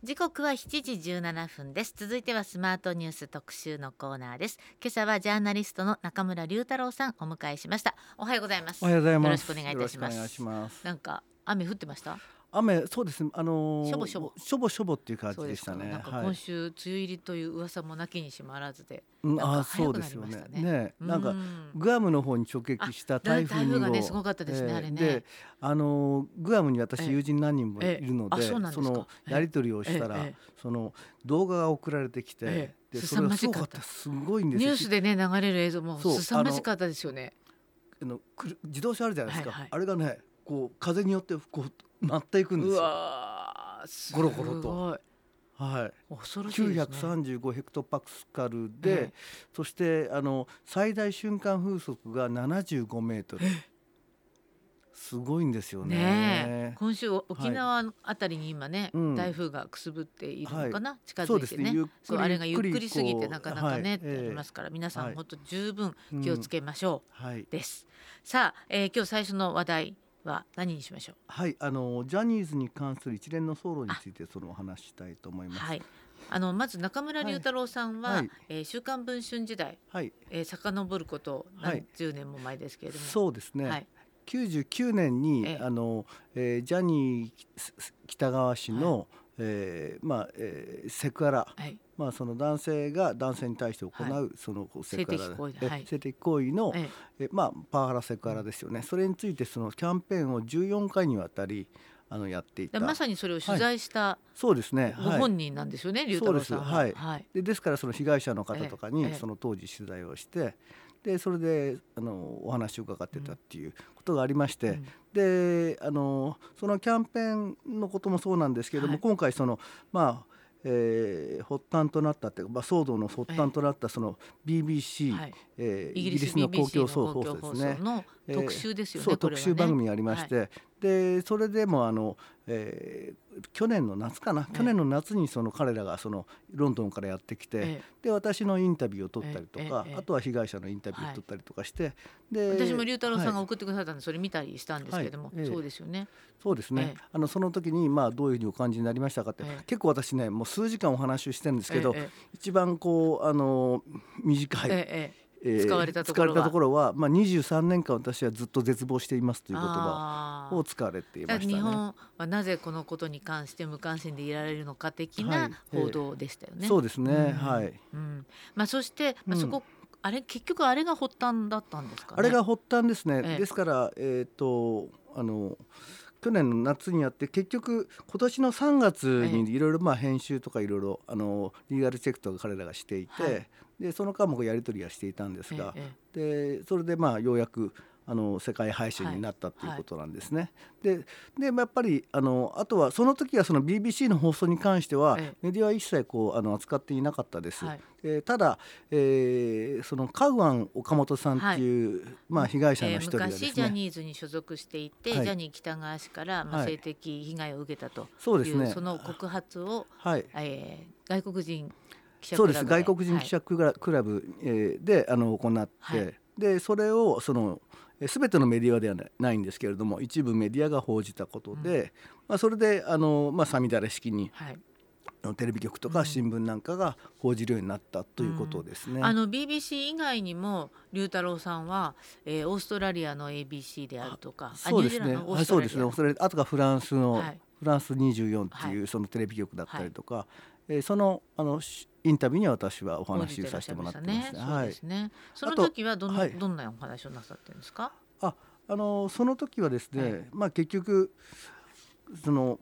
時刻は7時17分です。続いてはスマートニュース特集のコーナーです。今朝はジャーナリストの中村隆太郎さんお迎えしました。おはようございます。 おはようございます。 よろしくお願いいたします。 よろしくお願いします。 なんか雨降ってました？ 雨、そうですね、 しょぼしょぼしょぼしょぼっていう感そうですか。 じでしたね。 なんか今週梅雨入りという噂もなきにしもあらずで、なんか早くなりましたね。 ね、なんかグアムの方に直撃した台風2号、 がねすごかったですね、あれね。 で、グアムに私友人何人もいるので、 そうなんですか。 そのやり取りをしたら、その動画が送られてきて、でそれがすごかった。すごいんですよ。 ニュースでね流れる映像もすさまじかったですよね。 自動車あるじゃないですか。 はいはい、 あれがね、こう風によってこう舞っていくんですよ。 うわー、 ゴロゴロと。はい、 恐ろしいですね。 935ヘクトパスカルで、そして最大瞬間風速が75メートル。すごいんですよ ね。 今週沖縄あたりに今ね、台風がくすぶっているのかな、近づいてね。そう、あれがゆっくりすぎてなかなかね、ってありますから、皆さん本当十分気をつけましょう、です。さあ、今日最初の話題は何にしましょう。 はい、ジャニーズに関する一連の騒動についてそのお話したいと思います。 はい、まず中村隆太郎さんは、週刊文春時代、遡ること何十年も前ですけれども、 そうですね、99年に、ジャニー喜多川氏の、セクハラ、その男性が男性に対して行う、そのセクハラ、性的行為の、パワハラセクハラですよね。それについてそのキャンペーンを14回にわたりやっていた。 まさにそれを取材した、 そうですね、 ご本人なんですよね、隆太郎さんは。 ですからその被害者の方とかにその当時取材をして、でそれでお話を伺ってたっていうことがありまして、でそのキャンペーンのこともそうなんですけれども、今回その発端となったっていうか、騒動の発端となったその BBC、イギリスの公共放送ですねの特集ですよね。 そう、特集番組がありまして、でそれでも去年の夏かな、去年の夏にその彼らがそのロンドンからやってきて、で私のインタビューを取ったりとか、あとは被害者のインタビューを取ったりとかして、で私も隆太郎さんが送ってくださったんで、それ見たりしたんですけれども、そうですよね。 そうですね、その時にどういうふうにお感じになりましたかって、結構私ねもう数時間お話をしてるんですけど、一番こう短い、 使われたところは、 23年間私はずっと絶望していますという言葉を使われていましたね。 日本はなぜこのことに関して無関心でいられるのか的な報道でしたよね。 そうですね、 そして、そこあれ結局あれが発端だったんですかね。 あれが発端ですね。ですから去年の夏にやって、結局今年の3月にいろいろ編集とかいろいろリーガルチェックとか彼らがしていて、でその間もやり取りはしていたんですが、でそれでようやく世界配信になったということなんですね。でやっぱりあとはその時はその BBC の放送に関してはメディアは一切扱っていなかったです。ただ、そのカウアン岡本さんっていう、被害者の一人がですね、 昔ジャニーズに所属していて、ジャニー喜多川氏から性的被害を受けたという、その告発を、外国人記者クラブで、 外国人記者クラブで行って、でそれを全てのメディアではないんですけれども、一部メディアが報じたことで、それでさみだれ式に、テレビ局とか新聞なんかが報じるようになったということですね。 BBC 以外にも隆太郎さんは、オーストラリアの ABC であるとか、 そうですね、そうですね、あとがフランスの、フランス24っていうそのテレビ局だったりとか、そのインタビューには私はお話をさせてもらってますね。 そうですね。その時はどんなお話をなさってるんですか？ その時はですね、結局その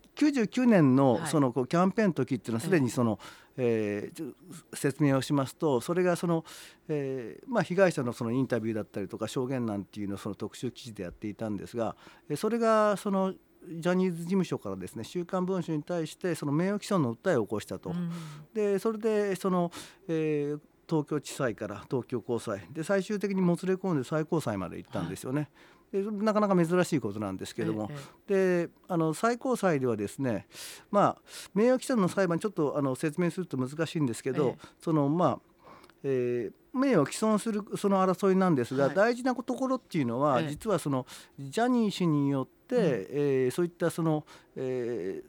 99年のそのキャンペーンの時っていうのはすでにその、説明をしますと、それがその、被害者のそのインタビューだったりとか証言なんていうのをその特集記事でやっていたんですが、それがそのジャニーズ事務所からですね、週刊文春に対してその名誉毀損の訴えを起こしたと。でそれでその、東京地裁から東京高裁で最終的にもつれ込んで最高裁まで行ったんですよね。でなかなか珍しいことなんですけども、で最高裁ではですね、名誉毀損の裁判ちょっと説明すると難しいんですけど、その名誉を毀損するその争いなんですが、大事なところっていうのは、実はそのジャニー氏によって、そういったその、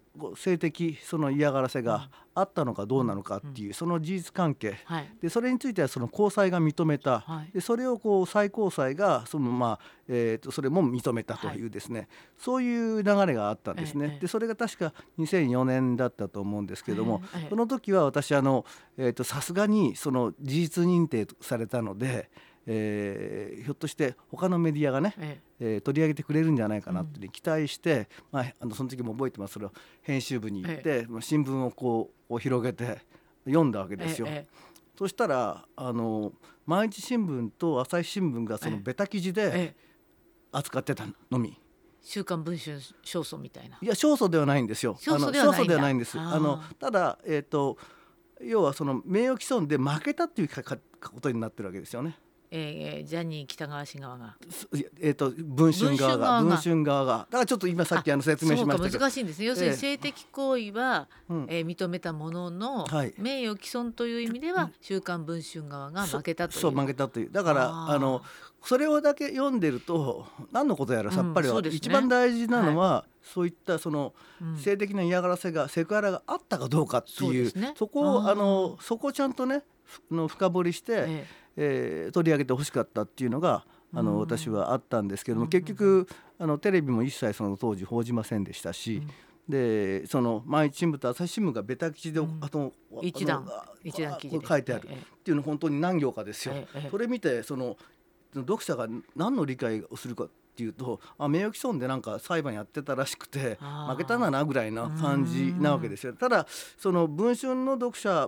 性的その嫌がらせがあったのかどうなのかっていうその事実関係、でそれについてはその高裁が認めた、でそれを最高裁がそのそれも認めたというですね、そういう流れがあったんですね。でそれが確か2004年だったと思うんですけども、その時は私さすがにその事実認定されたので、ひょっとして他のメディアがね、取り上げてくれるんじゃないかなって、期待して、その時も覚えてます。それを編集部に行って、新聞をこう広げて読んだわけですよ。そしたら毎日新聞と朝日新聞がそのベタ記事で扱ってたのみ。 週刊文春勝訴みたいな。 いや勝訴ではないんですよ。 勝訴ではないんです。 ただ要はその名誉毀損で負けたっていうことになってるわけですよね。 ジャニー喜多川氏側が、 文春側がだからちょっと今さっき説明しましたけど、 難しいんですね。要するに性的行為は、認めたものの、名誉毀損という意味では週刊文春側が負けたという。 そう負けたという。だからそれをだけ読んでると何のことやらさっぱりは、一番大事なのは、そういったその性的な嫌がらせが、セクハラがあったかどうかっていう、そこをちゃんとね深掘りして、取り上げてほしかったっていうのが私はあったんですけども、結局テレビも一切その当時報じませんでしたし、でその毎日新聞と朝日新聞がベタ記事で一段記事で書いてあるっていうの本当に何行かですよ。それ見てその読者が何の理解をするかっていうと、名誉毀損でなんか裁判やってたらしくて負けたんだなぐらいな感じなわけですよ。ただその文春の読者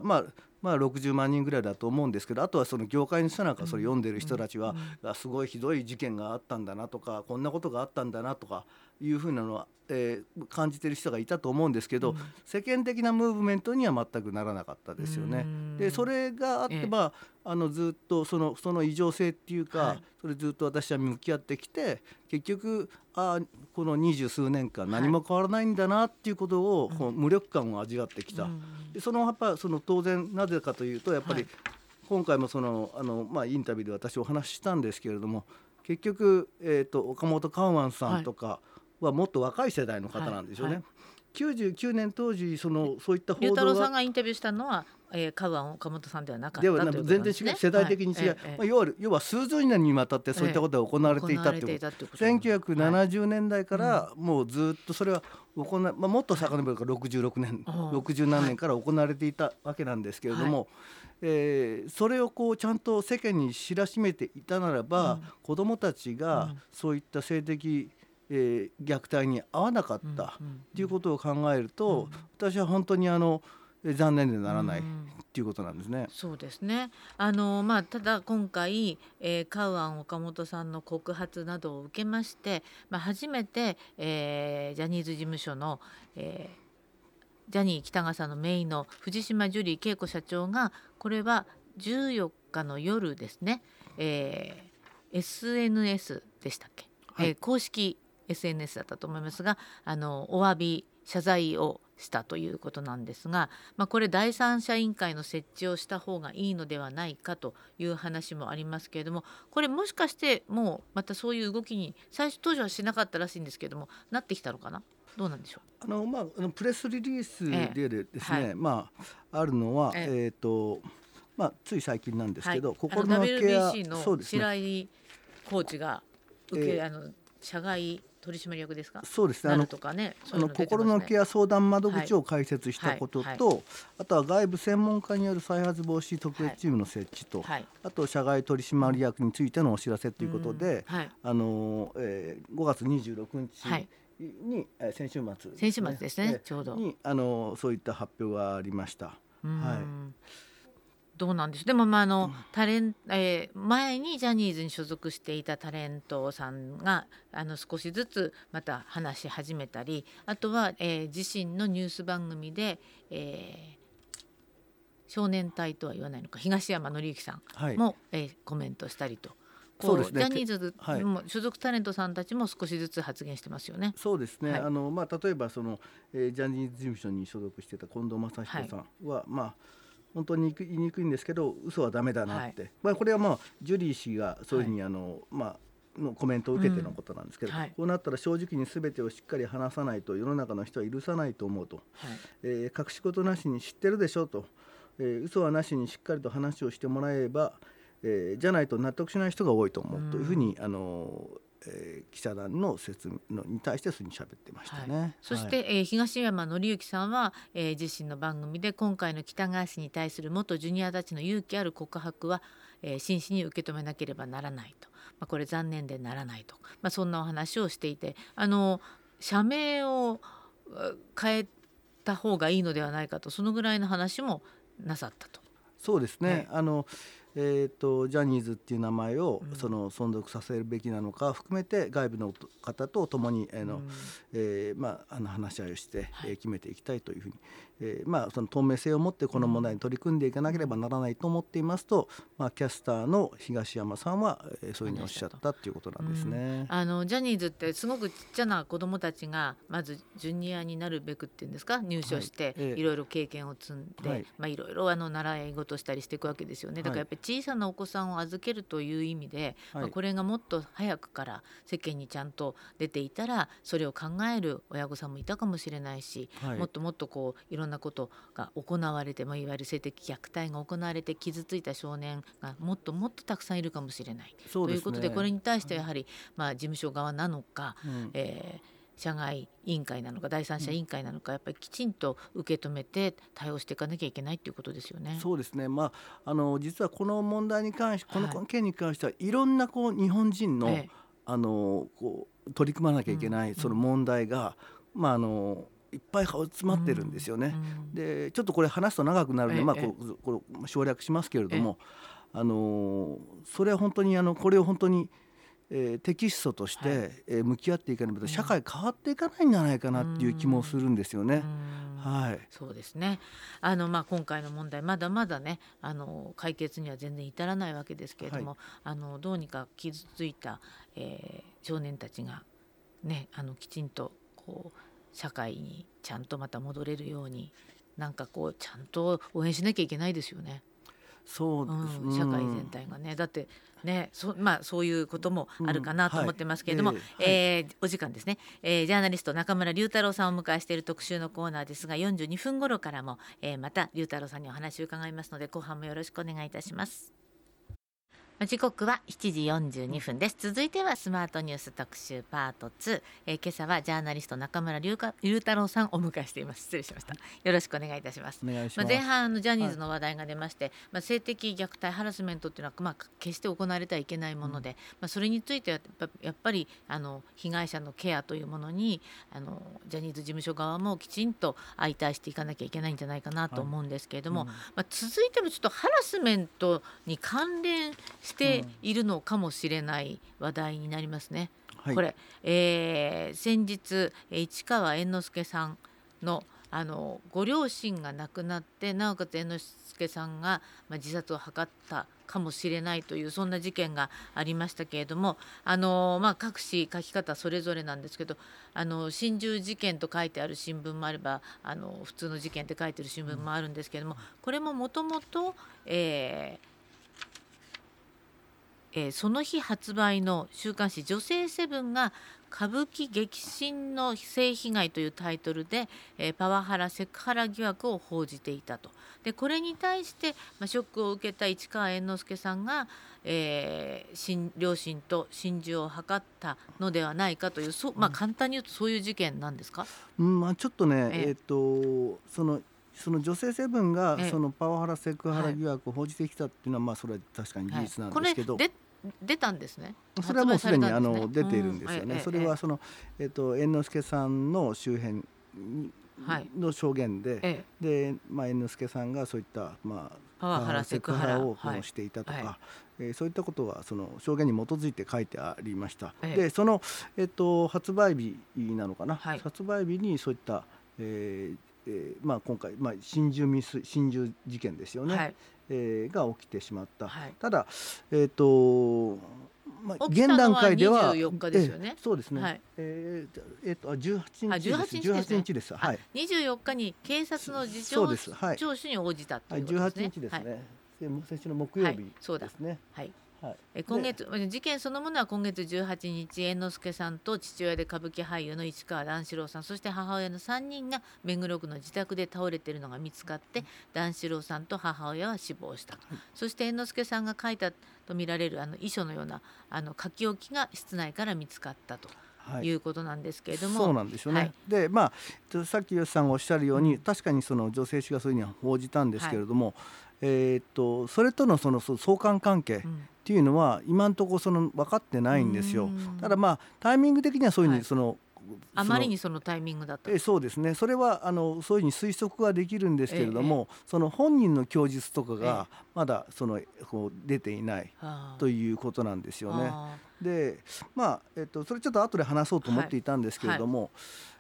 60万人ぐらいだと思うんですけど、あとはその業界の人なんかそれ読んでる人たちは、すごいひどい事件があったんだなとか、こんなことがあったんだなとかいうふうなのは、感じてる人がいたと思うんですけど、世間的なムーブメントには全くならなかったですよね。でそれがあって、ずっとその異常性っていうか、それずっと私は向き合ってきて、結局この20数年間何も変わらないんだなっていうことを、無力感を味わってきた。でやっぱ当然なぜかというと、やっぱり今回もインタビューで私お話ししたんですけれども、結局、岡本カウアンさんとかはもっと若い世代の方なんですよね。99年当時そういった報道が、 龍太郎さんがインタビューしたのは、カウアン岡本さんではなかったということですね。 全然違う、世代的に違う、要は数十年にわたってそういったことが行われていたということ。1970年代からもうずっとそれはもっと遡るから66年60何年から行われていたわけなんですけれども、それをちゃんと世間に知らしめていたならば、子どもたちがそういった性的虐待に遭わなかったということを考えると、私は本当に残念でならないっていうことなんですね。 そうですね。ただ今回、カウアン岡本さんの告発などを受けまして、初めて、ジャニーズ事務所の、ジャニー喜多川さんの姪の藤島ジュリー景子社長が、これは14日の夜ですね、SNS でしたっけ、公式 SNS だったと思いますが、お詫び謝罪をしたということなんですが、これ第三者委員会の設置をした方がいいのではないかという話もありますけれども、これもしかしてもうまたそういう動きに当初はしなかったらしいんですけれども、なってきたのかな、どうなんでしょう。プレスリリースでですね、あるのは、つい最近なんですけど、心のケア WBC の白井コーチが社外取締役ですか。 そうですね。心のケア相談窓口を開設したことと、あとは外部専門家による再発防止特別チームの設置と、あと社外取締役についてのお知らせということで、5月26日に、先週末ですね、ちょうどにそういった発表がありました。 どうなんでしょう。でも前にジャニーズに所属していたタレントさんが少しずつまた話し始めたり、あとは、自身のニュース番組で、少年隊とは言わないのか、東山紀之さんも、コメントしたりと、そうですね、ジャニーズも所属タレントさんたちも少しずつ発言してますよね。 そうですね。例えばジャニーズ事務所に所属していた近藤正彦さんは、本当に言いにくいんですけど、嘘はダメだなって、これはジュリー氏がそういうふうにのコメントを受けてのことなんですけど、こうなったら正直に全てをしっかり話さないと世の中の人は許さないと思うと、隠し事なしに知ってるでしょと、嘘はなしにしっかりと話をしてもらえば、じゃないと納得しない人が多いと思うというふうに記者団の説明に対してそういうふうに喋ってましたね。 そして、東山紀之さんは、自身の番組で今回の喜多川氏に対する元ジュニアたちの勇気ある告白は、真摯に受け止めなければならないと、これ残念でならないと、そんなお話をしていて、社名を変えた方がいいのではないかと、そのぐらいの話もなさったと。 そうですね、ジャニーズっていう名前を存続させるべきなのか含めて外部の方と共に話し合いをして決めていきたいというふうに、その透明性を持ってこの問題に取り組んでいかなければならないと思っていますと、キャスターの東山さんはそういうふうにおっしゃったということなんですね。 ジャニーズってすごくちっちゃな子どもたちがまずジュニアになるべくっていうんですか、入所していろいろ経験を積んで、いろいろ習い事したりしていくわけですよね。だからやっぱり小さなお子さんを預けるという意味で、これがもっと早くから世間にちゃんと出ていたらそれを考える親御さんもいたかもしれないし、もっともっといろんなことが行われて、いわゆる性的虐待が行われて傷ついた少年がもっともっとたくさんいるかもしれない、ということで、これに対してやはり、事務所側なのか、社外委員会なのか第三者委員会なのか、やっぱりきちんと受け止めて対応していかなきゃいけないということですよね。 そうですね、実はこの問題に関して、この件に関してはいろんな日本人の、取り組まなきゃいけないその問題が、いっぱい詰まってるんですよね。でちょっとこれ話すと長くなるので、これ省略しますけれども、それは本当にこれを本当にテキストとして向き合っていかないと社会変わっていかないんじゃないかなっていう気もするんですよね。 そうですね。今回の問題まだまだね、解決には全然至らないわけですけれども、どうにか傷ついた、少年たちがね、きちんと社会にちゃんとまた戻れるように、ちゃんと応援しなきゃいけないですよね。 そうです、 社会全体がね、だってね、そういうこともあるかなと思ってますけれども、お時間ですね。ジャーナリスト中村龍太郎さんをお迎えしている特集のコーナーですが、42分頃からも、また龍太郎さんにお話を伺いますので、後半もよろしくお願いいたします。時刻は7時42分です。続いてはスマートニュース特集パート2、今朝はジャーナリスト中村龍太郎さんをお迎えしています。失礼しました。よろしくお願いいたします。 お願いします。 前半ジャニーズの話題が出まして、性的虐待ハラスメントっていうのは、決して行われてはいけないもので、それについてはやっぱり被害者のケアというものにジャニーズ事務所側もきちんと相対していかなきゃいけないんじゃないかなと思うんですけれども、続いてもちょっとハラスメントに関連しているのかもしれない話題になりますね。これ、先日市川猿之助さんのご両親が亡くなって、なおかつ猿之助さんが自殺を図ったかもしれないという、そんな事件がありましたけれども、各紙書き方それぞれなんですけど、心中事件と書いてある新聞もあれば、普通の事件って書いてる新聞もあるんですけれども、これももともとその日発売の週刊誌女性セブンが歌舞伎激震の性被害というタイトルで、パワハラセクハラ疑惑を報じていたと。でこれに対して、ショックを受けた市川猿之助さんが、両親と心中を図ったのではないかという、簡単に言うとそういう事件なんですか？ ちょっとね、その女性セブンがそのパワハラセクハラ疑惑を報じてきたっていうのは、それは確かに事実なんですけど、 これ出たんですね。 それはもうすでに出ているんですよね。それは猿之助さんの周辺の証言で、猿之助さんがそういったパワハラセクハラをしていたとか、そういったことはその証言に基づいて書いてありました。でその発売日なのかな、発売日にそういった今回、心中事件ですよね、が起きてしまった。ただ、現段階では 24日ですよね。 そうですね、18日です。 24日に警察の事情聴取に応じたということですね。 18日ですね。先週の木曜日ですね。 今月事件そのものは今月18日猿之助さんと父親で歌舞伎俳優の市川段四郎さん、そして母親の3人が目黒区の自宅で倒れているのが見つかって、段四郎さんと母親は死亡したと、そして猿之助さんが書いたとみられる遺書のような書き置きが室内から見つかったということなんですけれども、 そうなんですよね。でさっき吉さんがおっしゃるように、確かにその女性誌がそういうふうに報じたんですけれども、それとのその相関関係っていうのは今のところ分かってないんですよ。ただタイミング的にはそういうふうにあまりにそのタイミングだった。 そうですね。それはそういうふうに推測はできるんですけれども、その本人の供述とかがまだこう出ていないということなんですよね。でそれちょっと後で話そうと思っていたんですけれども、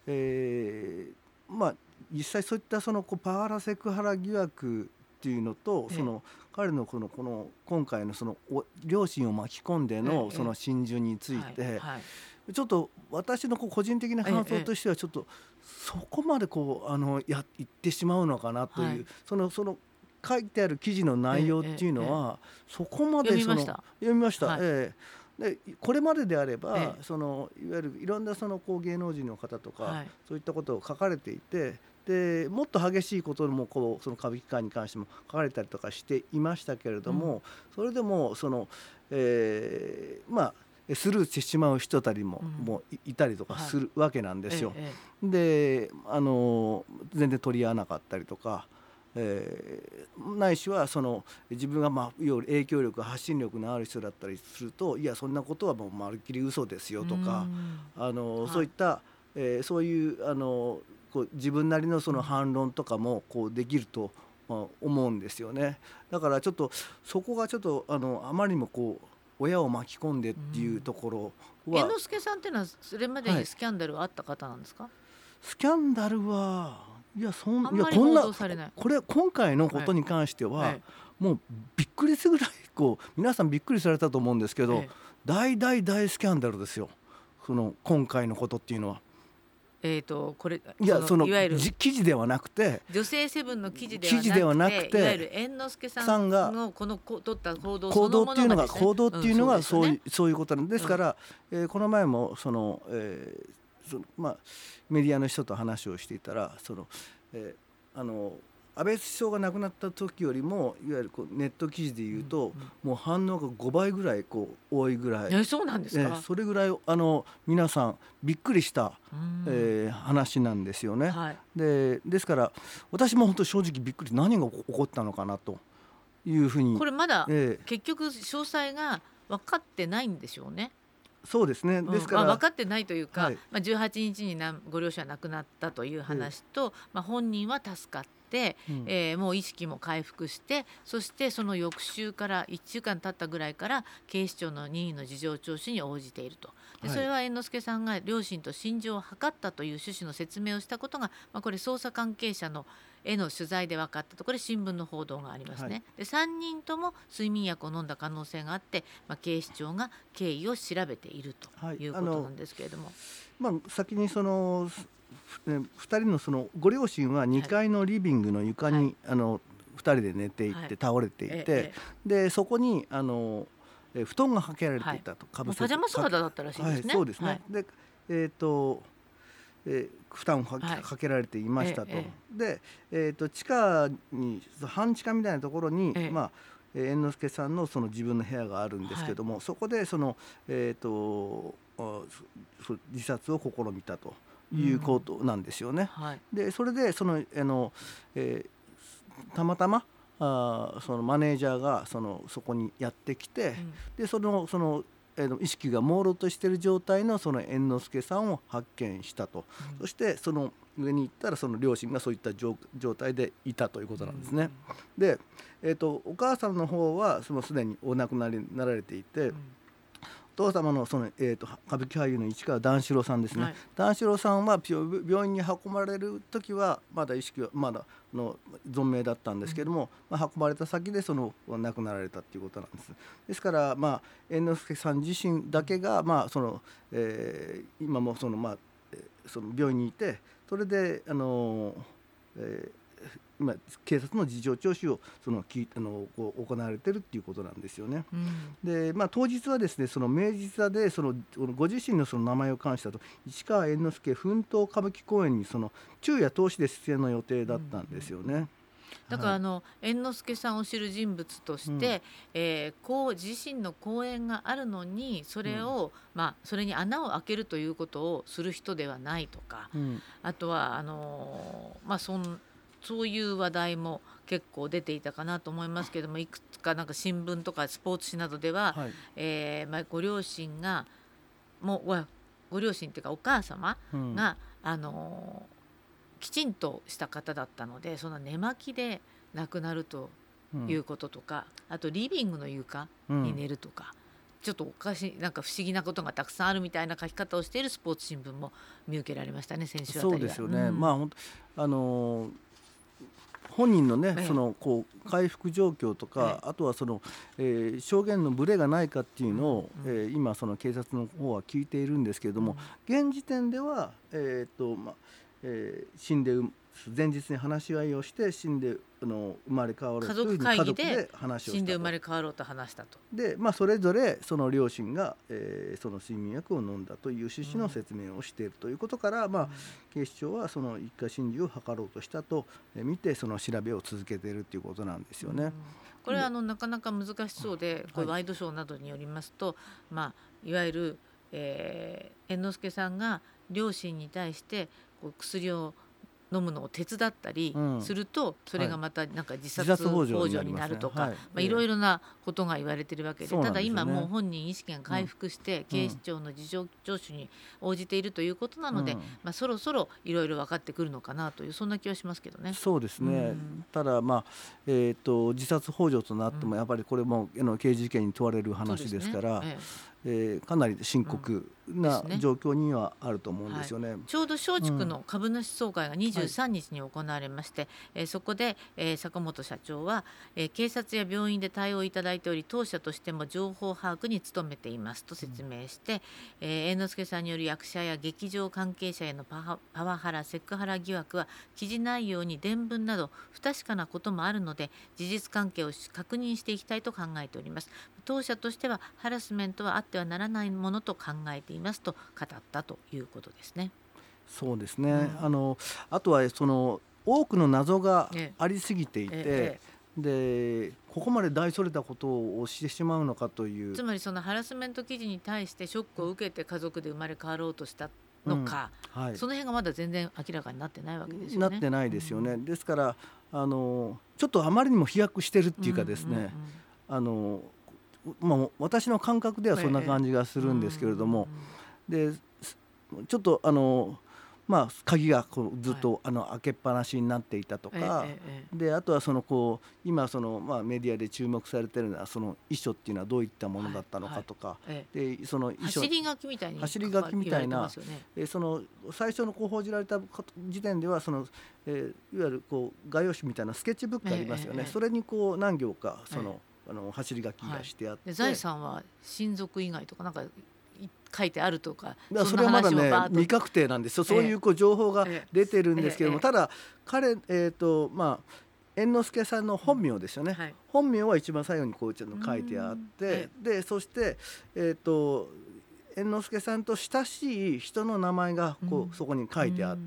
実際そういったパワハラセクハラ疑惑っていうのと、彼のこの今回の両親を巻き込んでの心中について、ちょっと私の個人的な感想としてはちょっとそこまで言ってしまうのかなという、その書いてある記事の内容っていうのはそこまで読みました。 でこれまでであれば、いわゆるいろんな芸能人の方とか、そういったことを書かれていて、でもっと激しいこともその歌舞伎界に関しても書かれたりとかしていましたけれども、それでもスルーしてしまう人たりもいたりとかするわけなんですよ。で全然取り合わなかったりとか、ないしは自分がいわゆる影響力発信力のある人だったりすると、いやそんなことはもうまるっきり嘘ですよとか、そういった、そういう自分なりの反論とかもできると思うんですよね。だからちょっとそこがちょっとあまりにも親を巻き込んでっていうところは、 猿之助さんっていうのはそれまでにスキャンダルはあった方なんですか？ スキャンダルはいやあんまり報道されない。 これ今回のことに関しては、もうびっくりするぐらい皆さんびっくりされたと思うんですけど、大スキャンダルですよ、今回のことっていうのは。 これいやいわゆる記事ではなくて、 女性セブンの記事ではなくて、いわゆる猿之助さんの取った行動そのものがですね、 行動っていうのがそういうことなんですから、この前もメディアの人と話をしていたら、安倍首相が亡くなった時よりもいわゆるネット記事でいうと、もう反応が5倍ぐらい多いぐらい、 そうなんですか？ それぐらい皆さんびっくりした、話なんですよね。ですから私も本当正直びっくり、何が起こったのかなというふうに。 これまだ、結局詳細が分かってないんでしょうね。 そうですね。ですから、 分かってないというか、18日にご両親は亡くなったという話と、本人は助かって、もう意識も回復して、そしてその翌週から1週間経ったぐらいから警視庁の任意の事情聴取に応じていると。でそれは猿之助さんが両親と心情を図ったという趣旨の説明をしたことが、これ捜査関係者のへの取材で分かったと、これ新聞の報道がありますね。で3人とも睡眠薬を飲んだ可能性があって、警視庁が経緯を調べているということなんですけれども、 先に2人のご両親は2階のリビングの床に、2人で寝ていて倒れていて、でそこに布団がかけられていたと、 パジャマ姿だったらしいですね。 そうですね。で負担をかけられていましたと。で、地下に半地下みたいなところに、猿之助さんの自分の部屋があるんですけども、そこで自殺を試みたということなんですよね。でそれでたまたまそのマネージャーがそこにやってきて、で意識が朦朧としている状態の猿之助さんを発見したと、そしてその上に行ったら両親がそういった状態でいたということなんですね。で、お母さんの方はすでにお亡くなりになられていて、お父様の歌舞伎俳優の市川段四郎さんですね。段四郎さんは病院に運ばれる時はまだ意識はまだ存命だったんですけども、運ばれた先で亡くなられたということなんです。ですから猿之助さん自身だけが今も病院にいて、それで今警察の事情聴取をこう行われているっていうことなんですよね。で、当日はですね、その明治座でご自身のその名前を冠したと市川猿之助奮闘歌舞伎公演に昼夜通しで出演の予定だったんですよね。 だから猿之助さんを知る人物として、自身の講演があるのにそれを、それに穴を開けるということをする人ではないとか、あとはそういう話題も結構出ていたかなと思いますけども、いくつか新聞とかスポーツ紙などでは、ご両親がご両親っていうかお母様が、きちんとした方だったので、その寝巻きで亡くなるということとか、あとリビングの床に寝るとか、ちょっとおかしい不思議なことがたくさんあるみたいな書き方をしているスポーツ新聞も見受けられましたね、先週あたりは。 そうですよね。本人のね、回復状況とか、あとは証言のブレがないかっていうのを、今警察の方は聞いているんですけれども、現時点では死んで前日に話し合いをして死んで生まれ変わろうという家族会議で話をしたと。 死んで生まれ変わろうと話したと。 で、それぞれその両親が、その睡眠薬を飲んだという趣旨の説明をしているということから、警視庁はその一家心中を図ろうとしたと見て調べを続けているということなんですよね。 これはなかなか難しそうで、これワイドショーなどによりますと、いわゆる、猿之助さんが両親に対して薬を飲むのを手伝ったりすると、それがまた自殺ほ助になるとか、いろいろなことが言われているわけで、ただ今もう本人意識が回復して警視庁の事情聴取に応じているということなので、そろそろいろいろ分かってくるのかなという、そんな気はしますけどね。 そうですね。ただ自殺ほ助となってもやっぱりこれも刑事事件に問われる話ですから、かなり深刻な状況にはあると思うんですよね。 ちょうど松竹の株主総会が23日に行われまして、そこで、坂本社長は、警察や病院で対応いただいており、当社としても情報把握に努めていますと説明して、猿之助さんによる役者や劇場関係者へのパワハラセクハラ疑惑は記事内容に伝聞など不確かなこともあるので、事実関係を確認していきたいと考えております。当社としてはハラスメントはあってはならないものと考えていますと語ったということですね。 そうですね。あとは多くの謎がありすぎていて、でここまで大それたことをしてしまうのかという、 つまりハラスメント記事に対してショックを受けて家族で生まれ変わろうとしたのか、その辺がまだ全然明らかになってないわけですよね。 なってないですよね。ですからちょっとあまりにも飛躍してるっていうかですね、私の感覚ではそんな感じがするんですけれども、でちょっと鍵がずっと開けっぱなしになっていたとか、であとは今メディアで注目されているのは遺書っていうのはどういったものだったのかとか、で遺書走り書きみたいに走り書きみたいな、最初の報じられた時点ではいわゆる画用紙みたいなスケッチブックがありますよね。それに何行か走り書きがしてあって、 財産は親族以外とか書いてあるとか、 それはまだね未確定なんですよ。そういう情報が出てるんですけども、ただ彼猿之助さんの本名ですよね。本名は一番最後に書いてあって、でそして猿之助さんと親しい人の名前がそこに書いてあって、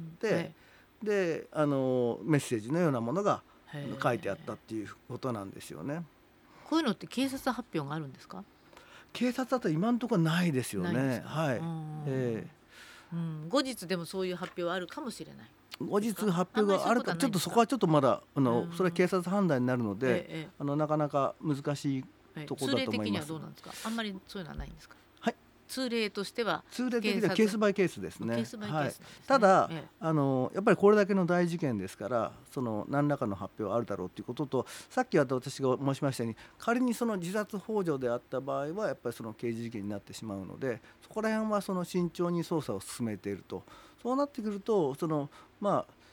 でメッセージのようなものが書いてあったっていうことなんですよね。 こういうのって警察発表があるんですか？ 警察だと今のところないですよね。 後日でもそういう発表はあるかもしれない。 後日発表があるか、ちょっとそこはちょっとまだそれは警察判断になるので、なかなか難しいところだと思います。通例的にはどうなんですか？あんまりそういうのはないんですか？ 通例としてはケースバイケースですね。ただやっぱりこれだけの大事件ですから、何らかの発表はあるだろうということと、さっき私が申しましたように、仮に自殺ほ助であった場合はやっぱり刑事事件になってしまうので、そこら辺は慎重に捜査を進めていると。そうなってくると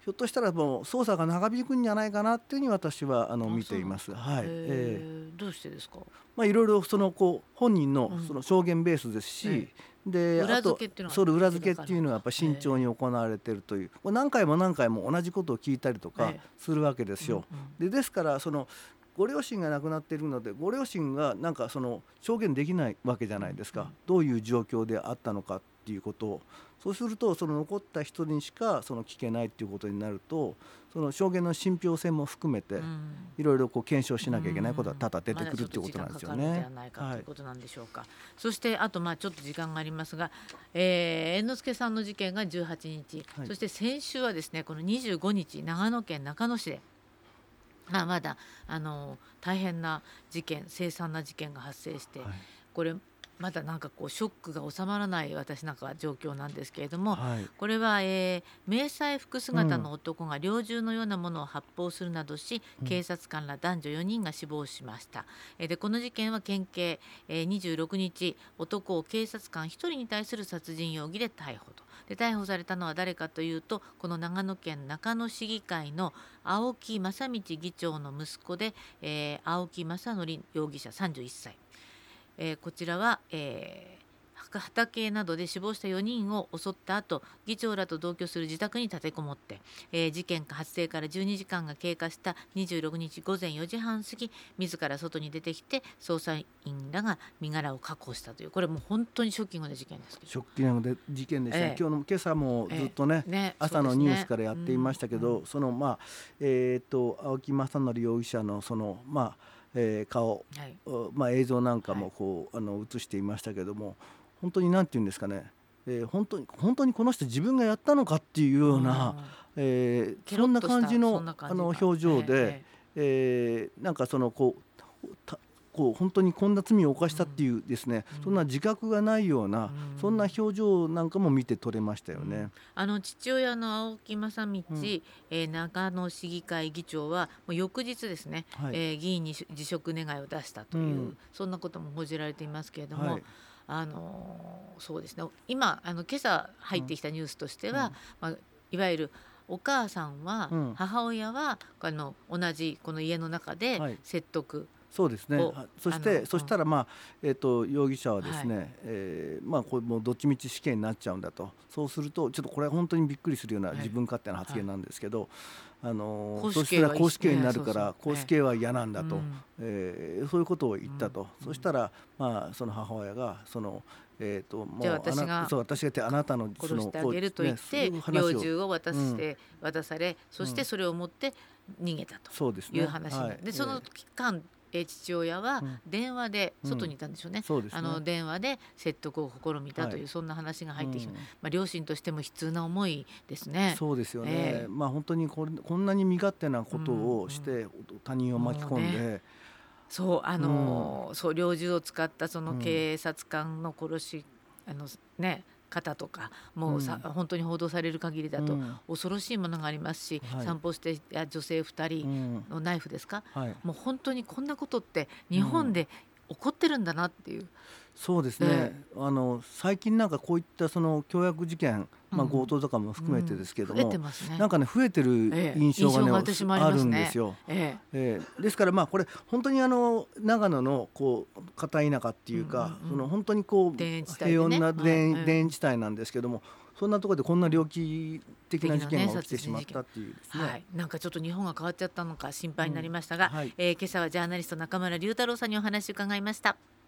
ひょっとしたらもう捜査が長引くんじゃないかなっていうふうに私は見ています。はい。 どうしてですか。 いろいろ本人のその証言ベースですし、で裏付けっていうのはそれ裏付けっていうのはやっぱり慎重に行われているという、何回も何回も同じことを聞いたりとかするわけですよ。ですからご両親が亡くなっているので、ご両親がなんか証言できないわけじゃないですか。どういう状況であったのかっていうことを。そうすると残った人にしか聞けないっていうことになると、証言の信憑性も含めていろいろ検証しなきゃいけないことは多々出てくるっていうことなんですよね。 まだちょっと時間かかるのではないかということなんでしょうか。そしてあとちょっと時間がありますが、猿之助さんの事件が18日、そして先週はですねこの25日長野県中野市でまだ大変な事件、凄惨な事件が発生して、これまだなんかショックが収まらない私なんか状況なんですけれども、これは、迷彩服姿の男が猟銃のようなものを発砲するなどし、警察官ら男女4人が死亡しました。でこの事件は県警、26日男を警察官1人に対する殺人容疑で逮捕と。で逮捕されたのは誰かというと、この長野県中野市議会の青木正道議長の息子で、青木正則容疑者31歳。こちらは、畑などで死亡した4人を襲った後、議長らと同居する自宅に立てこもって、事件発生から12時間が経過した26日午前4時半過ぎ、自ら外に出てきて捜査員らが身柄を確保したという、これもう本当にショッキングな事件ですけど。 ショッキングな事件でした、今朝もずっと朝のニュースからやっていましたけど、青木正則容疑者の顔、映像なんかも映していましたけども、本当に何て言うんですかね、本当にこの人自分がやったのかっていうような、そんな感じの表情で、なんか本当にこんな罪を犯したっていうですね、そんな自覚がないような、そんな表情なんかも見て取れましたよね。 父親の青木正道、長野市議会議長はもう翌日ですね、議員に辞職願を出したという、そんなことも報じられていますけれども、そうですね、今今朝入ってきたニュースとしては、いわゆるお母さんは、母親は同じこの家の中で説得、 そうですね。そしたら容疑者はですね、これもうどっちみち死刑になっちゃうんだと。そうするとちょっとこれは本当にびっくりするような自分勝手な発言なんですけど、そしたら公死刑になるから公死刑は嫌なんだと、そういうことを言ったと。そしたらその母親がもうじゃあ私があなたの殺してあげると言って猟銃を渡され、そしてそれを持って逃げたという話で、その期間父親は電話で外にいたんでしょうね。電話で説得を試みたという、そんな話が入ってきて、両親としても悲痛な思いですね。 そうですよね。本当にこんなに身勝手なことをして他人を巻き込んで、 そう猟銃を使ったその警察官の殺し方とかもう本当に報道される限りだと恐ろしいものがありますし、散歩して女性2人のナイフですか、もう本当にこんなことって日本で起こってるんだなっていう。 そうですね、最近なんかこういった凶悪事件、強盗とかも含めてですけども、なんかね増えてる印象がね、あるんですよ。ですからこれ本当に長野の片田舎っていうか、本当に平穏な田園地帯なんですけども、そんなところでこんな猟奇的な事件が起きてしまったっていうですね、 なんかちょっと日本が変わっちゃったのか心配になりましたが、今朝はジャーナリスト中村龍太郎さんにお話を伺いました。